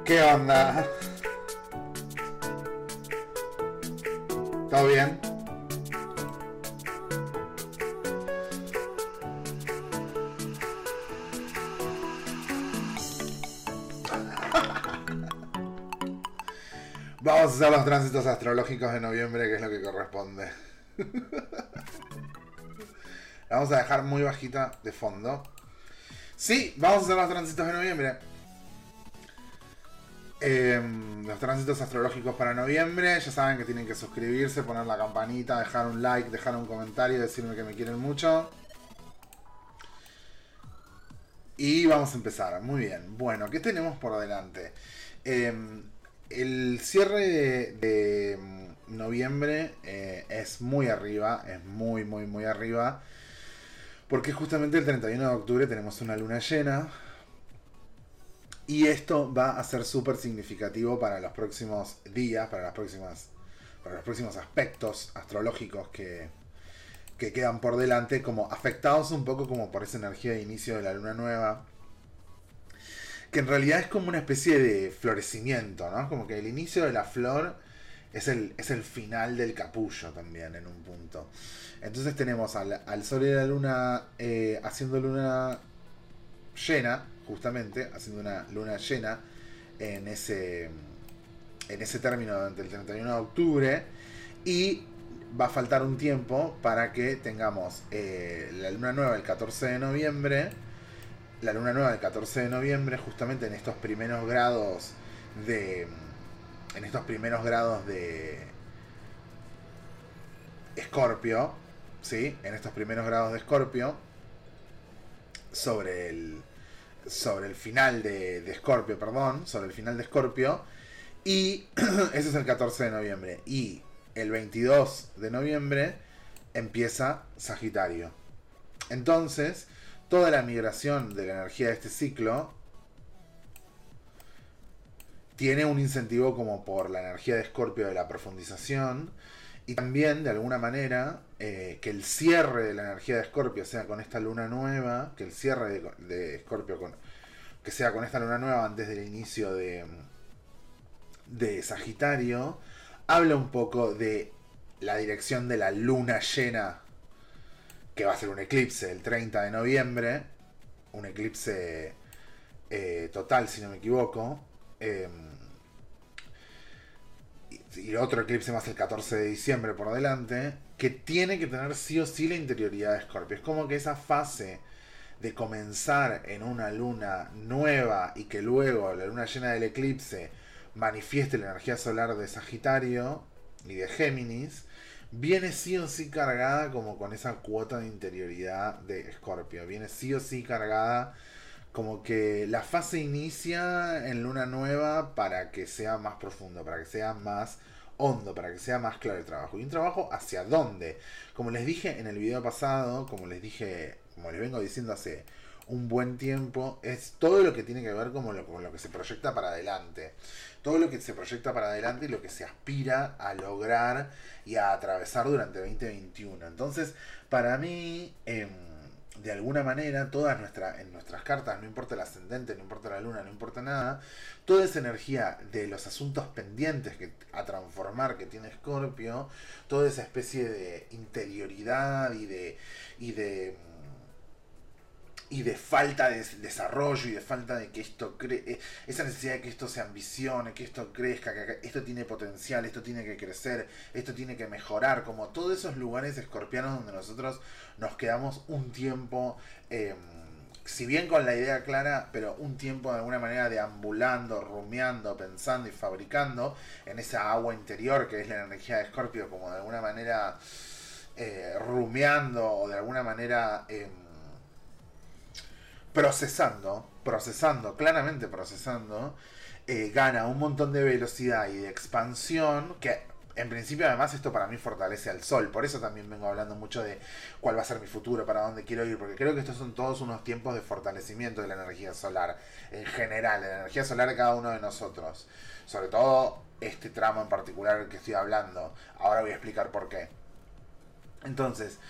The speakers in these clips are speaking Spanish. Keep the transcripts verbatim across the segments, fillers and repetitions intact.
¿Qué onda? ¿Todo bien? Vamos a hacer los tránsitos astrológicos de noviembre, que es lo que corresponde. La vamos a dejar muy bajita de fondo. Sí, vamos a hacer los tránsitos de noviembre. Eh, los tránsitos astrológicos para noviembre. Ya saben que tienen que suscribirse, poner la campanita, dejar un like, dejar un comentario, decirme que me quieren mucho. Y vamos a empezar. Muy bien. Bueno, ¿qué tenemos por delante? Eh, el cierre de, de noviembre eh, es muy arriba. Es muy, muy, muy arriba. Porque justamente el treinta y uno de octubre tenemos una luna llena. Y esto va a ser súper significativo para los próximos días, para las próximas, para los próximos aspectos astrológicos que, que quedan por delante, como afectados un poco como por esa energía de inicio de la luna nueva, que en realidad es como una especie de florecimiento, ¿no? Como que el inicio de la flor es el, es el final del capullo también, en un punto. Entonces tenemos al, al sol y la luna eh, haciendo luna llena, justamente, haciendo una luna llena en ese en ese término del treinta y uno de octubre, y va a faltar un tiempo para que tengamos eh, la luna nueva el catorce de noviembre, la luna nueva del catorce de noviembre, justamente en estos primeros grados de en estos primeros grados de Escorpio, ¿sí? En estos primeros grados de Escorpio, sobre el sobre el final de, de Escorpio, perdón, sobre el final de Escorpio, y ese es el catorce de noviembre, y el veintidós de noviembre empieza Sagitario. Entonces, toda la migración de la energía de este ciclo tiene un incentivo como por la energía de Escorpio de la profundización, y también de alguna manera eh, que el cierre de la energía de Escorpio sea con esta luna nueva, que el cierre de, de Escorpio con, que sea con esta luna nueva antes del inicio de, de Sagitario, habla un poco de la dirección de la luna llena, que va a ser un eclipse el treinta de noviembre, un eclipse eh, total si no me equivoco, eh, y otro eclipse más el catorce de diciembre por delante, que tiene que tener sí o sí la interioridad de Escorpio. Es como que esa fase de comenzar en una luna nueva y que luego la luna llena del eclipse manifieste la energía solar de Sagitario y de Géminis, viene sí o sí cargada como con esa cuota de interioridad de Escorpio. Viene sí o sí cargada como que la fase inicia en luna nueva para que sea más profundo, para que sea más hondo, para que sea más claro el trabajo. Y un trabajo hacia dónde. Como les dije en el video pasado, como les dije, como les vengo diciendo hace un buen tiempo, es todo lo que tiene que ver con lo, con lo que se proyecta para adelante. Todo lo que se proyecta para adelante y lo que se aspira a lograr y a atravesar durante veinte veintiuno. Entonces, para mí, eh, de alguna manera, todas nuestra, en nuestras cartas, no importa el ascendente, no importa la luna, no importa nada, toda esa energía de los asuntos pendientes que, a transformar que tiene Escorpio, toda esa especie de interioridad y de y de y de falta de desarrollo y de falta de que esto cree, esa necesidad de que esto se ambicione, que esto crezca, que esto tiene potencial, esto tiene que crecer, esto tiene que mejorar, como todos esos lugares escorpianos donde nosotros nos quedamos un tiempo, eh, si bien con la idea clara, pero un tiempo de alguna manera deambulando, rumiando, pensando y fabricando en esa agua interior que es la energía de Escorpio, como de alguna manera eh, rumiando o de alguna manera eh, procesando, procesando, claramente procesando, eh, gana un montón de velocidad y de expansión, que en principio además esto para mí fortalece al sol. Por eso también vengo hablando mucho de cuál va a ser mi futuro, para dónde quiero ir, porque creo que estos son todos unos tiempos de fortalecimiento de la energía solar, en general, de la energía solar de cada uno de nosotros. Sobre todo este tramo en particular que estoy hablando. Ahora voy a explicar por qué. Entonces,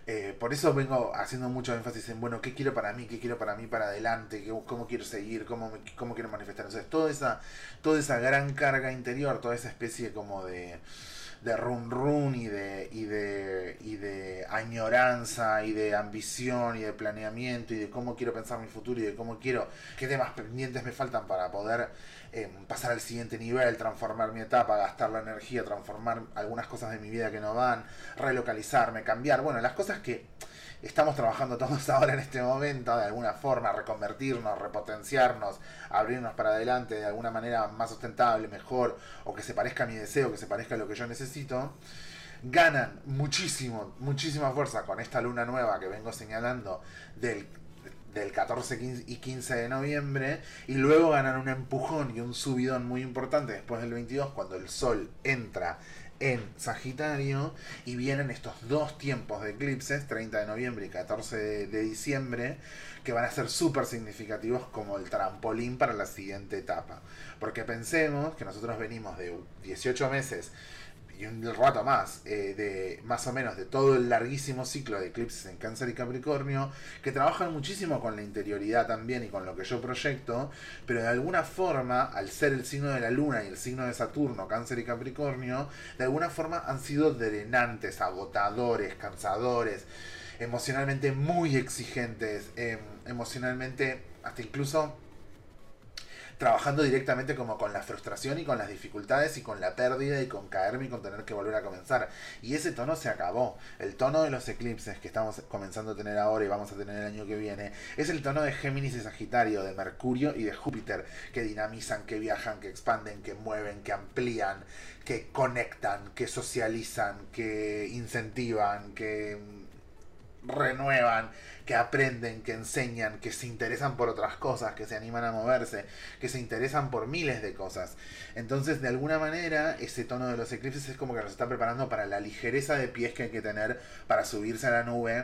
Eh, por eso vengo haciendo mucho énfasis en, bueno, ¿qué quiero para mí? ¿Qué quiero para mí para adelante? ¿Qué, ¿Cómo quiero seguir? ¿Cómo, me- cómo quiero manifestar? Entonces, toda esa, toda esa gran carga interior, toda esa especie como de, de run run y de, y de, y de añoranza y de ambición y de planeamiento y de cómo quiero pensar mi futuro y de cómo quiero, qué temas pendientes me faltan para poder eh, pasar al siguiente nivel, transformar mi etapa, gastar la energía, transformar algunas cosas de mi vida que no van, relocalizarme, cambiar, bueno, las cosas que estamos trabajando todos ahora en este momento, de alguna forma, reconvertirnos, repotenciarnos, abrirnos para adelante de alguna manera más sustentable, mejor, o que se parezca a mi deseo, que se parezca a lo que yo necesito, ganan muchísimo, muchísima fuerza con esta luna nueva que vengo señalando del del catorce y quince de noviembre, y luego ganan un empujón y un subidón muy importante después del veintidós, cuando el sol entra en Sagitario y vienen estos dos tiempos de eclipses, treinta de noviembre y catorce de, de diciembre, que van a ser súper significativos como el trampolín para la siguiente etapa. Porque pensemos que nosotros venimos de dieciocho meses y un rato más, eh, de más o menos de todo el larguísimo ciclo de eclipses en Cáncer y Capricornio, que trabajan muchísimo con la interioridad también y con lo que yo proyecto, pero de alguna forma, al ser el signo de la Luna y el signo de Saturno, Cáncer y Capricornio, de alguna forma han sido drenantes, agotadores, cansadores, emocionalmente muy exigentes, eh, emocionalmente hasta incluso trabajando directamente como con la frustración y con las dificultades y con la pérdida y con caerme y con tener que volver a comenzar. Y ese tono se acabó. El tono de los eclipses que estamos comenzando a tener ahora y vamos a tener el año que viene es el tono de Géminis y Sagitario, de Mercurio y de Júpiter, que dinamizan, que viajan, que expanden, que mueven, que amplían, que conectan, que socializan, que incentivan, que renuevan, que aprenden, que enseñan, que se interesan por otras cosas, que se animan a moverse, que se interesan por miles de cosas. Entonces, de alguna manera, ese tono de los eclipses es como que nos está preparando para la ligereza de pies que hay que tener para subirse a la nube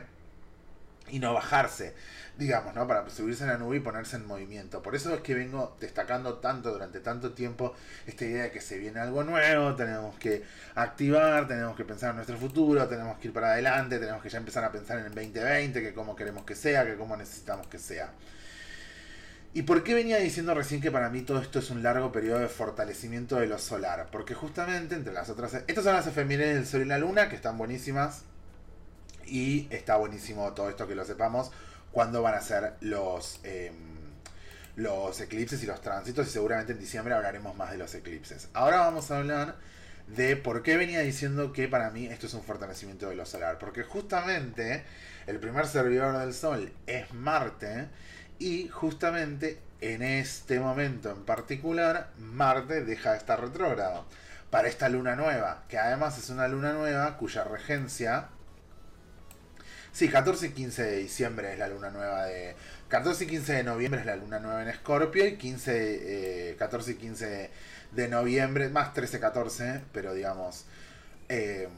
y no bajarse, digamos, ¿no? Para subirse a la nube y ponerse en movimiento. Por eso es que vengo destacando tanto durante tanto tiempo esta idea de que se viene algo nuevo, tenemos que activar, tenemos que pensar en nuestro futuro, tenemos que ir para adelante, tenemos que ya empezar a pensar en el veinte veinte, que cómo queremos que sea, que cómo necesitamos que sea. ¿Y por qué venía diciendo recién que para mí todo esto es un largo periodo de fortalecimiento de lo solar? Porque justamente entre las otras... Estas son las efemérides del Sol y la Luna, que están buenísimas. Y está buenísimo todo esto que lo sepamos cuándo van a ser los, eh, los eclipses y los tránsitos. Y seguramente en diciembre hablaremos más de los eclipses. Ahora vamos a hablar de por qué venía diciendo que para mí esto es un fortalecimiento de lo solar. Porque justamente el primer servidor del Sol es Marte. Y justamente en este momento en particular, Marte deja de estar retrógrado para esta luna nueva. Que además es una luna nueva cuya regencia... Sí, catorce y quince de diciembre es la luna nueva de... catorce y quince de noviembre es la luna nueva en Escorpio y quince, eh, catorce y quince de noviembre, más trece catorce, pero digamos... Eh,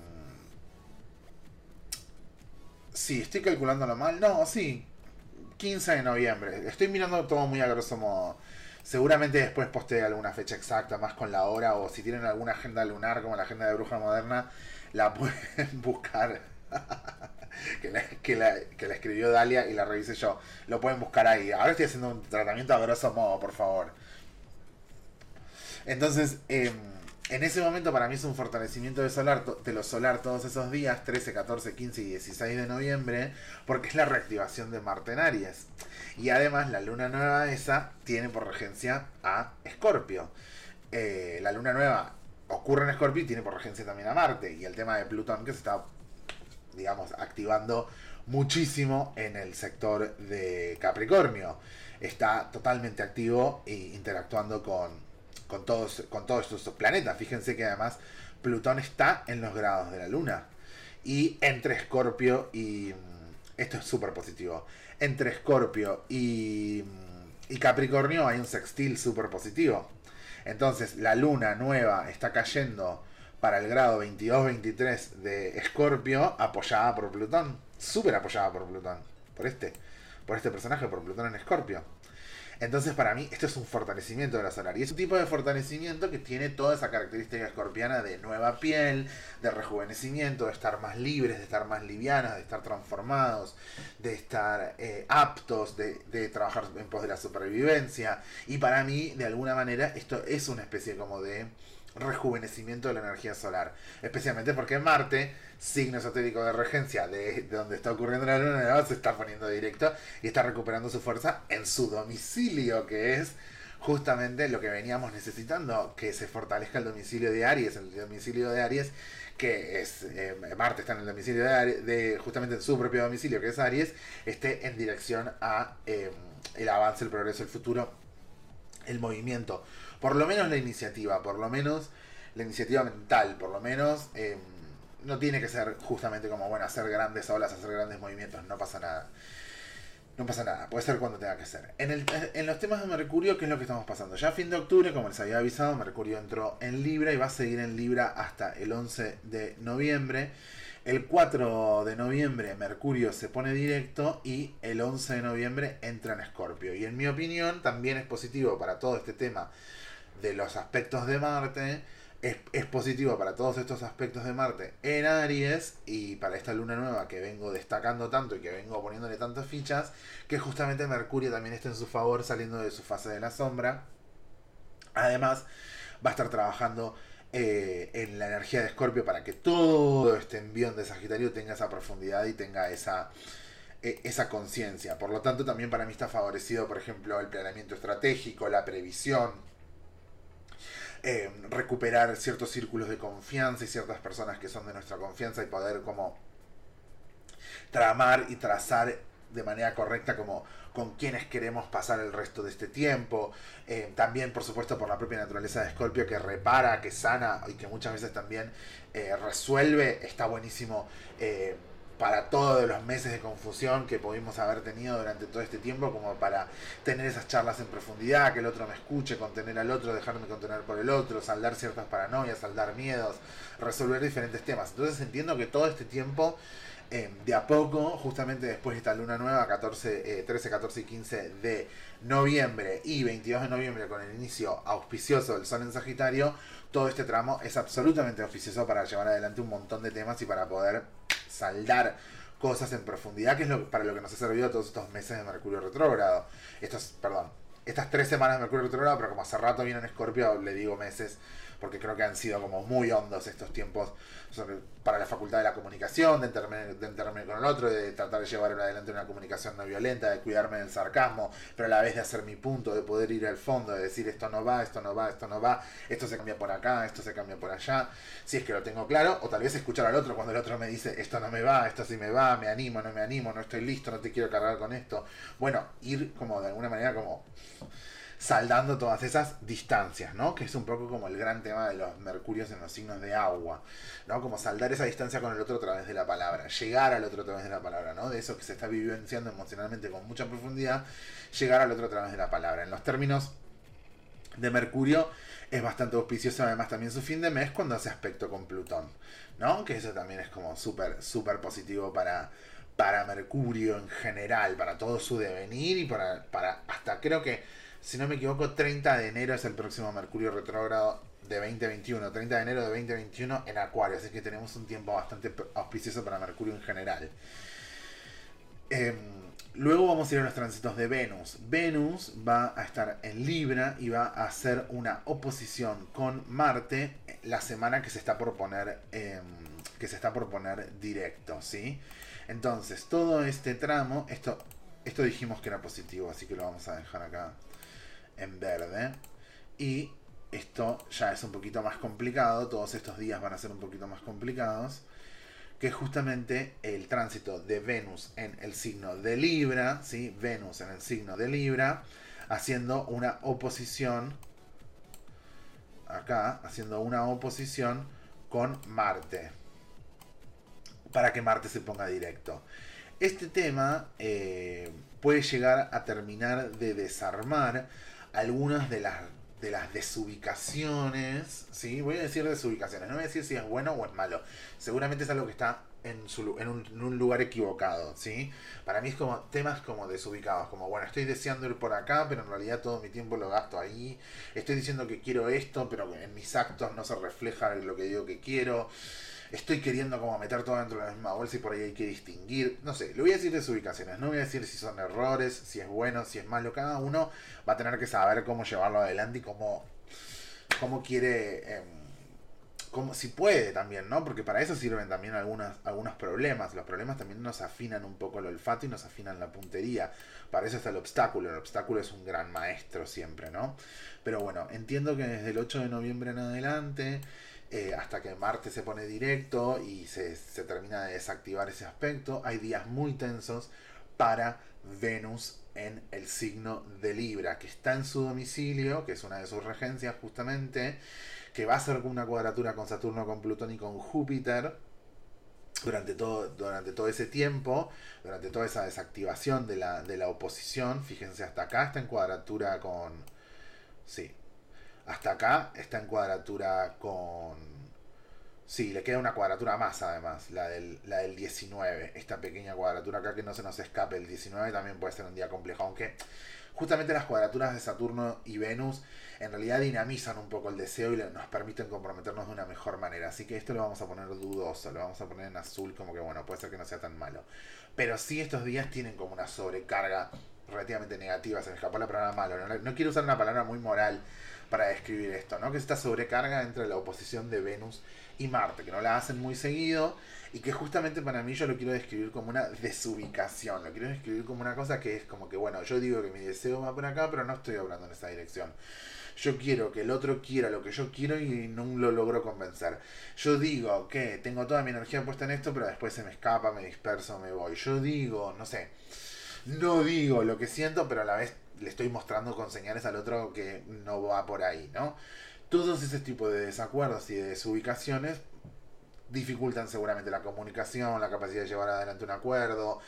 sí, estoy calculándolo mal. No, sí, quince de noviembre. Estoy mirando todo muy a grosso modo. Seguramente después postee alguna fecha exacta, más con la hora, o si tienen alguna agenda lunar como la agenda de Bruja Moderna, la pueden buscar. que, la, que, la, que la escribió Dalia y la revisé yo. Lo pueden buscar ahí. Ahora estoy haciendo un tratamiento a grosso modo, por favor. Entonces, eh, en ese momento para mí es un fortalecimiento de, solar, de lo solar todos esos días, trece, catorce, quince y dieciséis de noviembre, porque es la reactivación de Marte en Aries. Y además la luna nueva esa tiene por regencia a Escorpio. Eh, la luna nueva ocurre en Escorpio y tiene por regencia también a Marte. Y el tema de Plutón que se está, digamos, activando muchísimo en el sector de Capricornio. Está totalmente activo e interactuando con, con, todos, con todos estos planetas. Fíjense que además Plutón está en los grados de la Luna. Y entre Escorpio y... Esto es súper positivo. Entre Escorpio y, y Capricornio hay un sextil súper positivo. Entonces la Luna nueva está cayendo para el grado veintidós veintitrés de Escorpio, apoyada por Plutón. Súper apoyada por Plutón. Por este. Por este personaje, por Plutón en Escorpio. Entonces para mí esto es un fortalecimiento de la solar. Y es un tipo de fortalecimiento que tiene toda esa característica escorpiana de nueva piel, de rejuvenecimiento, de estar más libres, de estar más livianas, de estar transformados, de estar eh, aptos, de, de trabajar en pos de la supervivencia. Y para mí, de alguna manera, esto es una especie como de rejuvenecimiento de la energía solar. Especialmente porque Marte, signo esotérico de regencia de, de donde está ocurriendo la luna nueva, se está poniendo directo y está recuperando su fuerza en su domicilio, que es justamente lo que veníamos necesitando, que se fortalezca el domicilio de Aries, el domicilio de Aries, que es eh, Marte está en el domicilio de, Aries, de justamente en su propio domicilio, que es Aries, esté en dirección a eh, el avance, el progreso, el futuro, el movimiento, por lo menos la iniciativa, por lo menos la iniciativa mental, por lo menos eh, no tiene que ser justamente como, bueno, hacer grandes olas, hacer grandes movimientos, no pasa nada. No pasa nada, puede ser cuando tenga que ser. En, el, en los temas de Mercurio, ¿qué es lo que estamos pasando? Ya a fin de octubre, como les había avisado, Mercurio entró en Libra y va a seguir en Libra hasta el once de noviembre. El cuatro de noviembre Mercurio se pone directo y el once de noviembre entra en Escorpio. Y en mi opinión también es positivo para todo este tema de los aspectos de Marte. Es, es positivo para todos estos aspectos de Marte en Aries y para esta luna nueva que vengo destacando tanto y que vengo poniéndole tantas fichas, que justamente Mercurio también está en su favor saliendo de su fase de la sombra. Además va a estar trabajando eh, en la energía de Escorpio para que todo este envión de Sagitario tenga esa profundidad y tenga esa eh, esa conciencia. Por lo tanto también para mí está favorecido, por ejemplo, el planeamiento estratégico, la previsión, Eh, recuperar ciertos círculos de confianza y ciertas personas que son de nuestra confianza y poder como tramar y trazar de manera correcta como con quienes queremos pasar el resto de este tiempo. Eh, también por supuesto por la propia naturaleza de Escorpio, que repara, que sana y que muchas veces también eh, resuelve. Está buenísimo eh, para todos los meses de confusión que pudimos haber tenido durante todo este tiempo, como para tener esas charlas en profundidad, que el otro me escuche, contener al otro, dejarme contener por el otro, saldar ciertas paranoias, saldar miedos, resolver diferentes temas. Entonces entiendo que todo este tiempo, eh, de a poco, justamente después de esta luna nueva, catorce, eh, trece, catorce y quince de noviembre y veintidós de noviembre, con el inicio auspicioso del Sol en Sagitario, todo este tramo es absolutamente auspicioso para llevar adelante un montón de temas y para poder saldar cosas en profundidad, que es lo, para lo que nos ha servido todos estos meses de Mercurio retrógrado. Estos, perdón, estas tres semanas de Mercurio retrógrado, pero como hace rato viene en Escorpio, le digo meses, porque creo que han sido como muy hondos estos tiempos sobre, para la facultad de la comunicación, de entenderme, de entenderme con el otro, de tratar de llevar adelante una comunicación no violenta, de cuidarme del sarcasmo, pero a la vez de hacer mi punto, de poder ir al fondo, de decir esto no va, esto no va, esto no va, esto se cambia por acá, esto se cambia por allá, si es que lo tengo claro, o tal vez escuchar al otro cuando el otro me dice esto no me va, esto sí me va, me animo, no me animo, no estoy listo, no te quiero cargar con esto. Bueno, ir como de alguna manera como saldando todas esas distancias, ¿no? Que es un poco como el gran tema de los mercurios en los signos de agua, ¿no? Como saldar esa distancia con el otro a través de la palabra, llegar al otro a través de la palabra, ¿no? De eso que se está vivenciando emocionalmente con mucha profundidad, llegar al otro a través de la palabra. En los términos de Mercurio es bastante auspicioso además también su fin de mes cuando hace aspecto con Plutón, ¿no? Que eso también es como súper, súper positivo para, para Mercurio en general, para todo su devenir y para, para hasta creo que, si no me equivoco, treinta de enero es el próximo Mercurio retrógrado de veinte veintiuno. treinta de enero de veinte veintiuno en Acuario. Así que tenemos un tiempo bastante auspicioso para Mercurio en general. Eh, luego vamos a ir a los tránsitos de Venus. Venus va a estar en Libra y va a hacer una oposición con Marte la semana que se está por poner, eh, que se está por poner directo, ¿sí? Entonces, todo este tramo, esto, esto dijimos que era positivo, así que lo vamos a dejar acá en verde. Y esto ya es un poquito más complicado, todos estos días van a ser un poquito más complicados, que es justamente el tránsito de Venus en el signo de Libra, ¿sí? Venus en el signo de Libra, haciendo una oposición, acá, haciendo una oposición con Marte, para que Marte se ponga directo. Este tema eh, puede llegar a terminar de desarmar algunas de las, de las desubicaciones, ¿sí? Voy a decir desubicaciones, no voy a decir si es bueno o es malo. Seguramente es algo que está en, su, en, un, en un lugar equivocado, ¿sí? Para mí es como temas como desubicados, como bueno, estoy deseando ir por acá, pero en realidad todo mi tiempo lo gasto ahí, estoy diciendo que quiero esto, pero en mis actos no se refleja lo que digo que quiero, estoy queriendo como meter todo dentro de la misma bolsa y por ahí hay que distinguir, no sé, lo voy a decir desubicaciones, no voy a decir si son errores, si es bueno, si es malo, cada uno va a tener que saber cómo llevarlo adelante y cómo, cómo quiere... Eh, como si puede también, ¿no? Porque para eso sirven también algunas, algunos problemas. Los problemas también nos afinan un poco el olfato y nos afinan la puntería. Para eso está el obstáculo. El obstáculo es un gran maestro siempre, ¿no? Pero bueno, entiendo que desde el ocho de noviembre en adelante, eh, hasta que Marte se pone directo y se, se termina de desactivar ese aspecto, hay días muy tensos para Venus en el signo de Libra, que está en su domicilio, que es una de sus regencias justamente, que va a ser una cuadratura con Saturno, con Plutón y con Júpiter durante todo, durante todo ese tiempo, durante toda esa desactivación de la, de la oposición. Fíjense, hasta acá está en cuadratura con... Sí, hasta acá está en cuadratura con... Sí, le queda una cuadratura más además, la del, la del diecinueve, esta pequeña cuadratura acá, que no se nos escape. El diecinueve también puede ser un día complejo, aunque justamente las cuadraturas de Saturno y Venus en realidad dinamizan un poco el deseo y nos permiten comprometernos de una mejor manera. Así que esto lo vamos a poner dudoso, lo vamos a poner en azul, como que bueno, puede ser que no sea tan malo. Pero sí, estos días tienen como una sobrecarga relativamente negativa. Se me escapó la palabra malo, no, no quiero usar una palabra muy moral para describir esto, ¿no? Que es esta sobrecarga entre la oposición de Venus y Marte, que no la hacen muy seguido y que justamente para mí yo lo quiero describir como una desubicación, lo quiero describir como una cosa que es como que, bueno, yo digo que mi deseo va por acá, pero no estoy hablando en esa dirección. Yo quiero que el otro quiera lo que yo quiero y no lo logro convencer. Yo digo que tengo toda mi energía puesta en esto, pero después se me escapa, me disperso, me voy. Yo digo, no sé, no digo lo que siento, pero a la vez le estoy mostrando con señales al otro que no va por ahí, ¿no? Todos ese tipo de desacuerdos y de desubicaciones dificultan seguramente la comunicación, la capacidad de llevar adelante un acuerdo.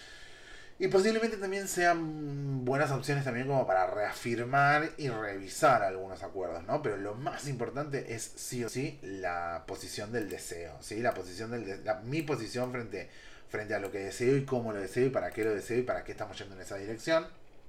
Y posiblemente también sean buenas opciones también como para reafirmar y revisar algunos acuerdos, ¿no? Pero lo más importante es sí o sí la posición del deseo, ¿sí? La posición del de la, mi posición frente, frente a lo que deseo y cómo lo deseo y para qué lo deseo y para qué estamos yendo en esa dirección.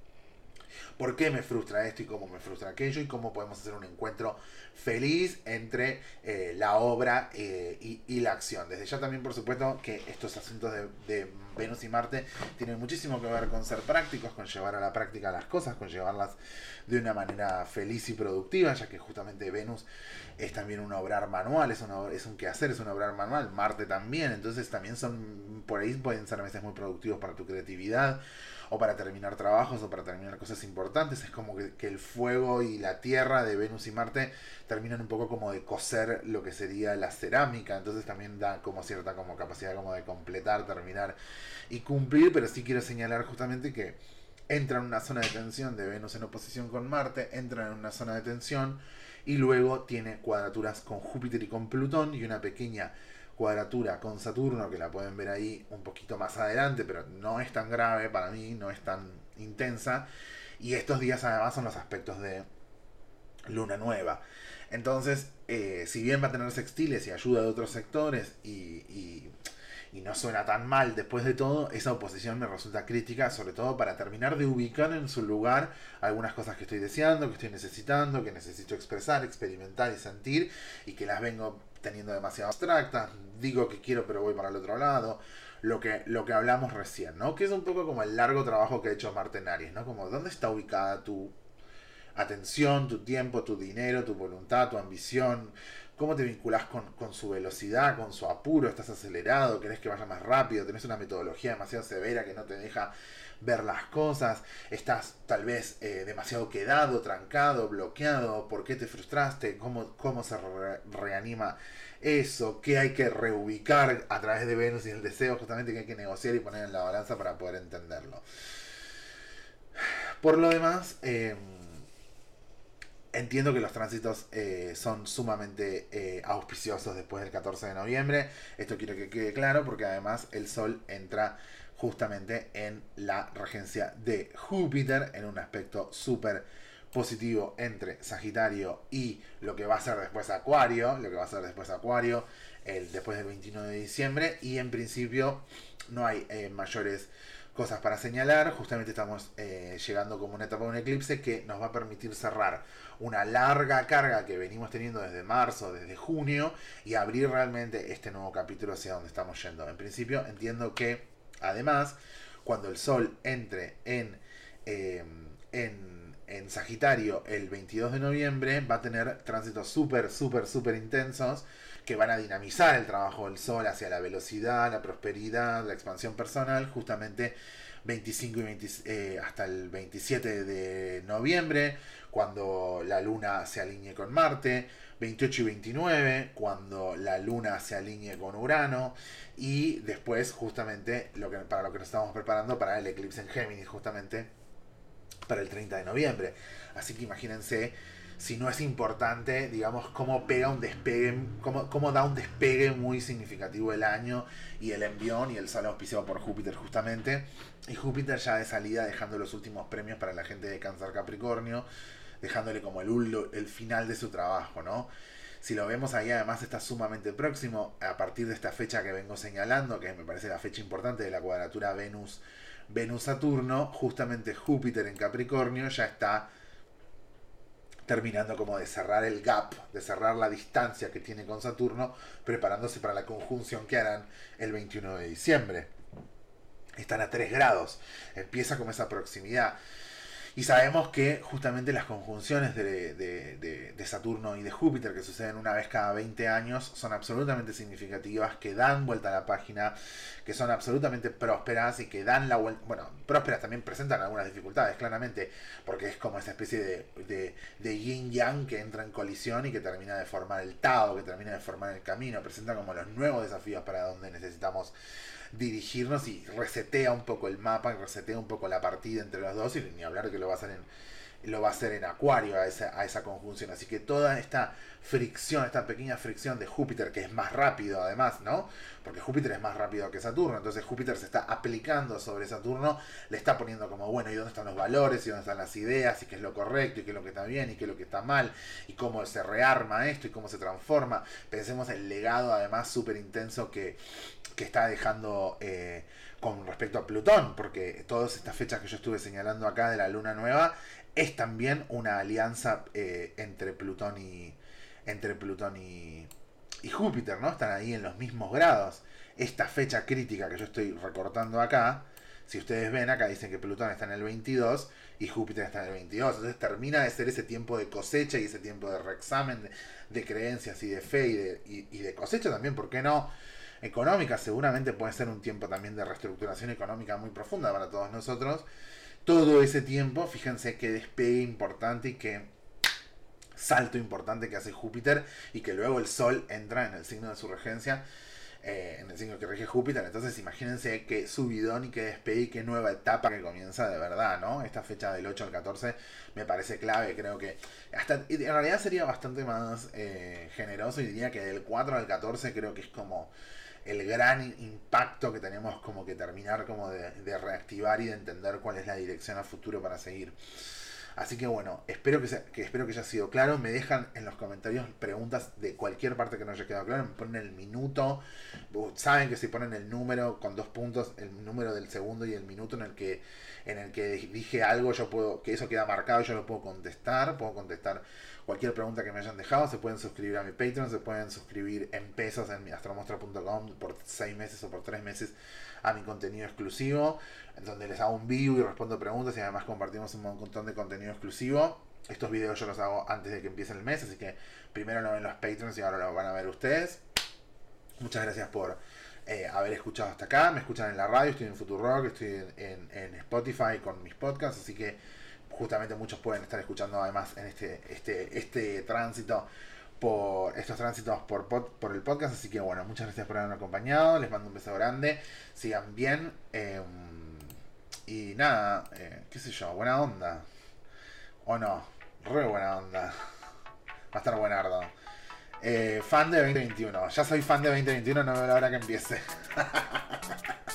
¿Por qué me frustra esto y cómo me frustra aquello? Y cómo podemos hacer un encuentro feliz entre eh, la obra eh, y, y la acción. Desde ya también, por supuesto, que estos asuntos de, de Venus y Marte tienen muchísimo que ver con ser prácticos, con llevar a la práctica las cosas, con llevarlas de una manera feliz y productiva, ya que justamente Venus es también un obrar manual, es, una, es un quehacer, es un obrar manual. Marte también, entonces también son, por ahí pueden ser meses muy productivos para tu creatividad, o para terminar trabajos, o para terminar cosas importantes. Es como que, que el fuego y la tierra de Venus y Marte terminan un poco como de coser lo que sería la cerámica, entonces también da como cierta como capacidad como de completar, terminar y cumplir. Pero sí quiero señalar justamente que entra en una zona de tensión de Venus en oposición con Marte, entra en una zona de tensión y luego tiene cuadraturas con Júpiter y con Plutón y una pequeña cuadratura con Saturno, que la pueden ver ahí un poquito más adelante, pero no es tan grave para mí, no es tan intensa. Y estos días además son los aspectos de luna nueva. Entonces, eh, si bien va a tener sextiles y ayuda de otros sectores y, y, y no suena tan mal después de todo, esa oposición me resulta crítica, sobre todo para terminar de ubicar en su lugar algunas cosas que estoy deseando, que estoy necesitando, que necesito expresar, experimentar y sentir, y que las vengo teniendo demasiado abstractas. Digo que quiero pero voy para el otro lado. Lo que, lo que hablamos recién, ¿no? Que es un poco como el largo trabajo que ha hecho Marte en Aries, ¿no? Como dónde está ubicada tu atención, tu tiempo, tu dinero, tu voluntad, tu ambición. ¿Cómo te vinculás con, con su velocidad, con su apuro? ¿Estás acelerado? ¿Querés que vaya más rápido? ¿Tenés una metodología demasiado severa que no te deja ver las cosas? ¿Estás tal vez eh, demasiado quedado, trancado, bloqueado? ¿Por qué te frustraste? ¿Cómo, cómo se re reanima eso? ¿Qué hay que reubicar a través de Venus y el deseo? Justamente que hay que negociar y poner en la balanza para poder entenderlo. Por lo demás, eh, entiendo que los tránsitos eh, son sumamente eh, auspiciosos después del catorce de noviembre. Esto quiero que quede claro porque además el Sol entra justamente en la regencia de Júpiter en un aspecto súper positivo entre Sagitario y lo que va a ser después Acuario, lo que va a ser después Acuario, el, después del veintiuno de diciembre, y en principio no hay eh, mayores cosas para señalar. Justamente estamos eh, llegando como una etapa de un eclipse que nos va a permitir cerrar una larga carga que venimos teniendo desde marzo, desde junio, y abrir realmente este nuevo capítulo hacia donde estamos yendo. En principio entiendo que además cuando el Sol entre en, eh, en, en Sagitario el veintidós de noviembre, va a tener tránsitos súper, súper, súper intensos que van a dinamizar el trabajo del Sol hacia la velocidad, la prosperidad, la expansión personal, justamente veinticinco y veinte, eh, hasta el veintisiete de noviembre, cuando la Luna se alinee con Marte, veintiocho y veintinueve, cuando la Luna se alinee con Urano, y después justamente lo que, para lo que nos estamos preparando para el eclipse en Géminis, justamente para el treinta de noviembre. Así que imagínense, si no es importante, digamos, cómo pega un despegue, cómo, cómo da un despegue muy significativo el año, y el envión, y el Sol auspiciado por Júpiter justamente, y Júpiter ya de salida dejando los últimos premios para la gente de Cáncer Capricornio, dejándole como el, el final de su trabajo, ¿no? Si lo vemos ahí, además está sumamente próximo a partir de esta fecha que vengo señalando, que me parece la fecha importante de la cuadratura Venus Venus-Saturno. Justamente Júpiter en Capricornio ya está terminando como de cerrar el gap, de cerrar la distancia que tiene con Saturno, preparándose para la conjunción que harán el veintiuno de diciembre. Están a tres grados, empieza como esa proximidad. Y sabemos que justamente las conjunciones de, de, de, de Saturno y de Júpiter, que suceden una vez cada veinte años, son absolutamente significativas, que dan vuelta a la página, que son absolutamente prósperas y que dan la vuelta. Bueno, prósperas también presentan algunas dificultades, claramente, porque es como esa especie de, de, de yin-yang que entra en colisión y que termina de formar el Tao, que termina de formar el camino, presenta como los nuevos desafíos para donde necesitamos dirigirnos, y resetea un poco el mapa, y resetea un poco la partida entre los dos, y ni hablar que lo va a hacer en, lo va a hacer en Acuario a esa, a esa conjunción. Así que toda esta fricción, esta pequeña fricción de Júpiter, que es más rápido además, ¿no? Porque Júpiter es más rápido que Saturno, entonces Júpiter se está aplicando sobre Saturno, le está poniendo como, bueno, ¿y dónde están los valores? ¿Y dónde están las ideas? ¿Y qué es lo correcto? ¿Y qué es lo que está bien? ¿Y qué es lo que está mal? ¿Y cómo se rearma esto? ¿Y cómo se transforma? Pensemos el legado además súper intenso que que está dejando eh, con respecto a Plutón, porque todas estas fechas que yo estuve señalando acá de la luna nueva es también una alianza eh, entre Plutón y entre Plutón y, y Júpiter, ¿no? Están ahí en los mismos grados. Esta fecha crítica que yo estoy recortando acá, si ustedes ven acá, dicen que Plutón está en el veintidós y Júpiter está en el veintidós. Entonces termina de ser ese tiempo de cosecha y ese tiempo de reexamen de, de creencias y de fe y de, y, y de cosecha también, ¿por qué no? Económica. Seguramente puede ser un tiempo también de reestructuración económica muy profunda para todos nosotros. Todo ese tiempo, fíjense qué despegue importante y qué salto importante que hace Júpiter, y que luego el Sol entra en el signo de su regencia, eh, en el signo que rige Júpiter. Entonces imagínense qué subidón y qué despegue y qué nueva etapa que comienza de verdad, ¿no? Esta fecha del ocho al catorce me parece clave. Creo que hasta en realidad sería bastante más eh, generoso, y diría que del cuatro al catorce creo que es como el gran impacto que tenemos como que terminar como de, de reactivar y de entender cuál es la dirección a futuro para seguir. Así que bueno, espero que, sea, que espero que haya sido claro. Me dejan en los comentarios preguntas de cualquier parte que no haya quedado claro. Me ponen el minuto. Saben que si ponen el número con dos puntos, el número del segundo y el minuto en el que en el que dije algo, yo puedo, que eso queda marcado, yo lo puedo contestar. Puedo contestar cualquier pregunta que me hayan dejado. Se pueden suscribir a mi Patreon, se pueden suscribir en pesos en mi astromostra punto com por seis meses o por tres meses a mi contenido exclusivo, en donde les hago un vivo y respondo preguntas, y además compartimos un montón de contenido exclusivo. Estos videos yo los hago antes de que empiece el mes, así que primero lo ven los Patreons y ahora lo van a ver ustedes. Muchas gracias por eh, haber escuchado hasta acá. Me escuchan en la radio, estoy en Futurock, estoy en, en, en Spotify con mis podcasts, así que justamente muchos pueden estar escuchando además en este, este, este tránsito por estos tránsitos por, pod, por el podcast. Así que bueno, muchas gracias por haberme acompañado, les mando un beso grande, sigan bien, eh, y nada, eh, qué sé yo, buena onda, o no, re buena onda, va a estar buenardo. Eh, fan de veinte veintiuno, ya soy fan de veinte veintiuno, no veo la hora que empiece.